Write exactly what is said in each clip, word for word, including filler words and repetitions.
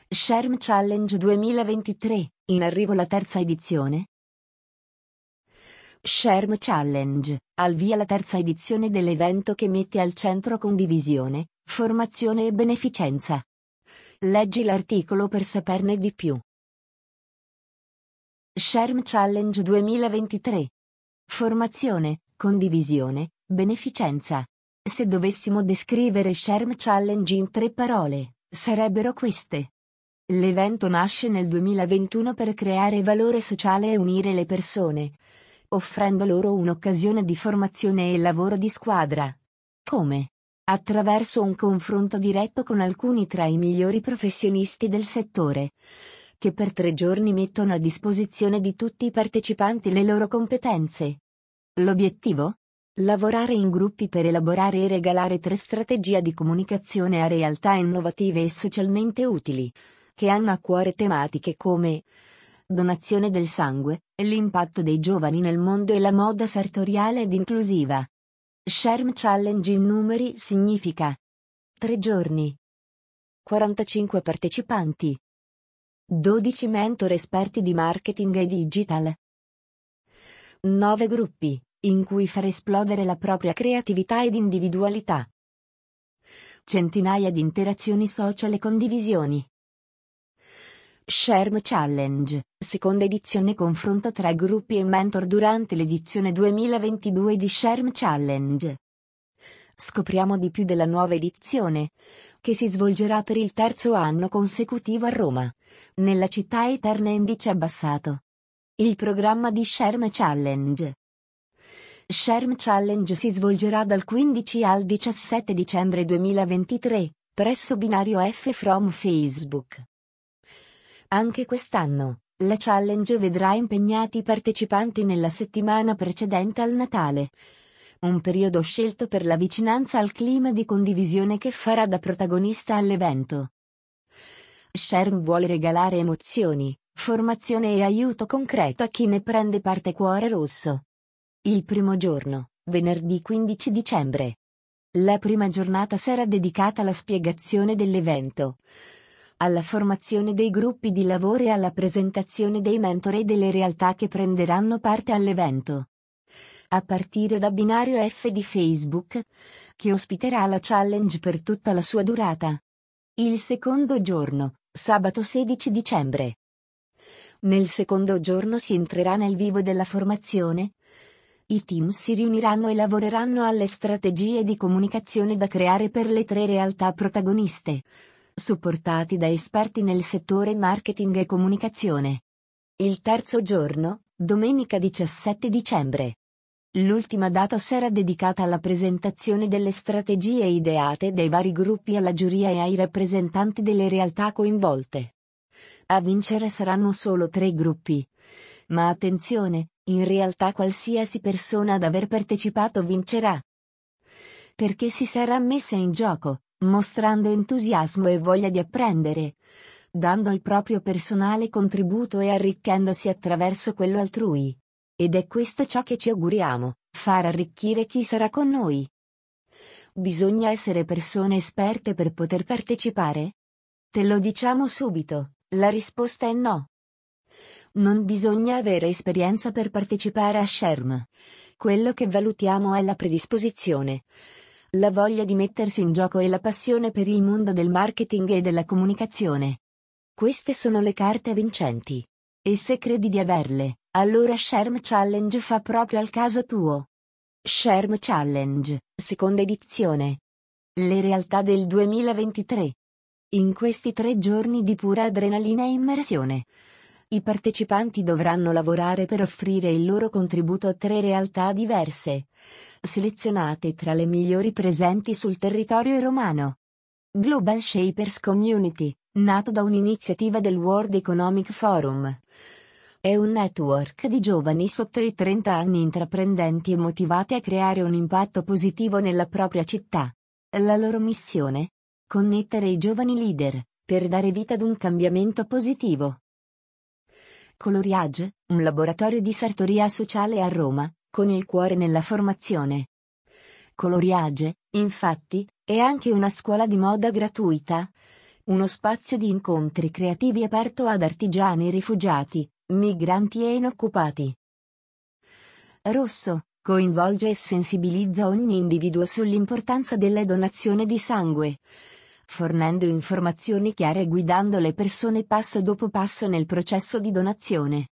Sherm Challenge duemilaventitré, in arrivo la terza edizione? Sherm Challenge, al via la terza edizione dell'evento che mette al centro condivisione, formazione e beneficenza. Leggi l'articolo per saperne di più. Sherm Challenge duemilaventitré. Formazione, condivisione, beneficenza. Se dovessimo descrivere Sherm Challenge in tre parole, sarebbero queste. L'evento nasce nel duemilaventuno per creare valore sociale e unire le persone, offrendo loro un'occasione di formazione e lavoro di squadra. Come? Attraverso un confronto diretto con alcuni tra i migliori professionisti del settore, che per tre giorni mettono a disposizione di tutti i partecipanti le loro competenze. L'obiettivo? Lavorare in gruppi per elaborare e regalare tre strategie di comunicazione a realtà innovative e socialmente utili, che hanno a cuore tematiche come donazione del sangue, l'impatto dei giovani nel mondo e la moda sartoriale ed inclusiva. Sherm Challenge in numeri significa tre giorni, quarantacinque partecipanti, dodici mentor esperti di marketing e digital, nove gruppi, in cui far esplodere la propria creatività ed individualità, centinaia di interazioni social e condivisioni. Sherm Challenge, seconda edizione confronto tra gruppi e mentor durante l'edizione duemilaventidue di Sherm Challenge. Scopriamo di più della nuova edizione, che si svolgerà per il terzo anno consecutivo a Roma, nella città eterna indice abbassato. Il programma di Sherm Challenge. Sherm Challenge si svolgerà dal quindici al diciassette dicembre duemilaventitré, presso Binario F from Facebook. Anche quest'anno, la challenge vedrà impegnati i partecipanti nella settimana precedente al Natale. Un periodo scelto per la vicinanza al clima di condivisione che farà da protagonista all'evento. Sherm vuole regalare emozioni, formazione e aiuto concreto a chi ne prende parte cuore rosso. Il primo giorno, venerdì quindici dicembre. La prima giornata sarà dedicata alla spiegazione dell'evento, alla formazione dei gruppi di lavoro e alla presentazione dei mentor e delle realtà che prenderanno parte all'evento. A partire da Binario F di Facebook, che ospiterà la challenge per tutta la sua durata. Il secondo giorno, sabato sedici dicembre. Nel secondo giorno si entrerà nel vivo della formazione. I team si riuniranno e lavoreranno alle strategie di comunicazione da creare per le tre realtà protagoniste, supportati da esperti nel settore marketing e comunicazione. Il terzo giorno, domenica diciassette dicembre. L'ultima data sarà dedicata alla presentazione delle strategie ideate dai vari gruppi alla giuria e ai rappresentanti delle realtà coinvolte. A vincere saranno solo tre gruppi. Ma attenzione, in realtà qualsiasi persona ad aver partecipato vincerà. Perché si sarà messa in gioco, mostrando entusiasmo e voglia di apprendere, dando il proprio personale contributo e arricchendosi attraverso quello altrui. Ed è questo ciò che ci auguriamo, far arricchire chi sarà con noi. Bisogna essere persone esperte per poter partecipare? Te lo diciamo subito, la risposta è no. Non bisogna avere esperienza per partecipare a Sherm. Quello che valutiamo è la predisposizione, la voglia di mettersi in gioco e la passione per il mondo del marketing e della comunicazione. Queste sono le carte vincenti. E se credi di averle, allora Sherm Challenge fa proprio al caso tuo. Sherm Challenge, seconda edizione. Le realtà del duemilaventitré. In questi tre giorni di pura adrenalina e immersione, i partecipanti dovranno lavorare per offrire il loro contributo a tre realtà diverse, selezionate tra le migliori presenti sul territorio romano. Global Shapers Community, nato da un'iniziativa del World Economic Forum. È un network di giovani sotto i trenta anni intraprendenti e motivati a creare un impatto positivo nella propria città. La loro missione? Connettere i giovani leader, per dare vita ad un cambiamento positivo. Coloriage, un laboratorio di sartoria sociale a Roma, con il cuore nella formazione. Coloriage, infatti, è anche una scuola di moda gratuita, uno spazio di incontri creativi aperto ad artigiani rifugiati, migranti e inoccupati. Rosso, coinvolge e sensibilizza ogni individuo sull'importanza della donazione di sangue, fornendo informazioni chiare e guidando le persone passo dopo passo nel processo di donazione.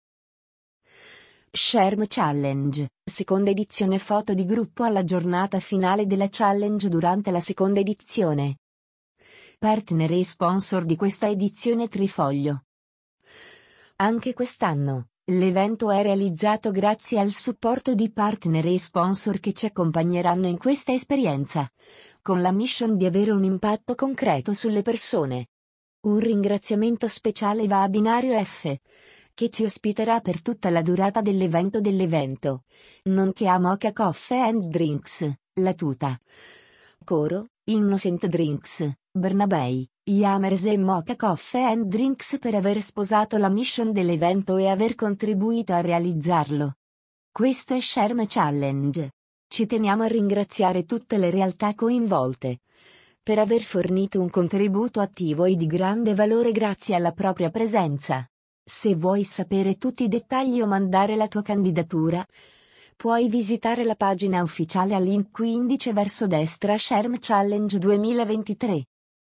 Sherm Challenge, seconda edizione, foto di gruppo alla giornata finale della challenge durante la seconda edizione. Partner e sponsor di questa edizione Trifoglio. Anche quest'anno, l'evento è realizzato grazie al supporto di partner e sponsor che ci accompagneranno in questa esperienza, con la mission di avere un impatto concreto sulle persone. Un ringraziamento speciale va a Binario F, che ci ospiterà per tutta la durata dell'evento dell'evento, nonché a Mocha Coffee and Drinks, La Tuta. Coro, Innocent Drinks, Bernabei, Yamers e Mocha Coffee and Drinks per aver sposato la mission dell'evento e aver contribuito a realizzarlo. Questo è Sherm Challenge. Ci teniamo a ringraziare tutte le realtà coinvolte per aver fornito un contributo attivo e di grande valore grazie alla propria presenza. Se vuoi sapere tutti i dettagli o mandare la tua candidatura, puoi visitare la pagina ufficiale al link qui indice verso destra Sherm Challenge duemilaventitré.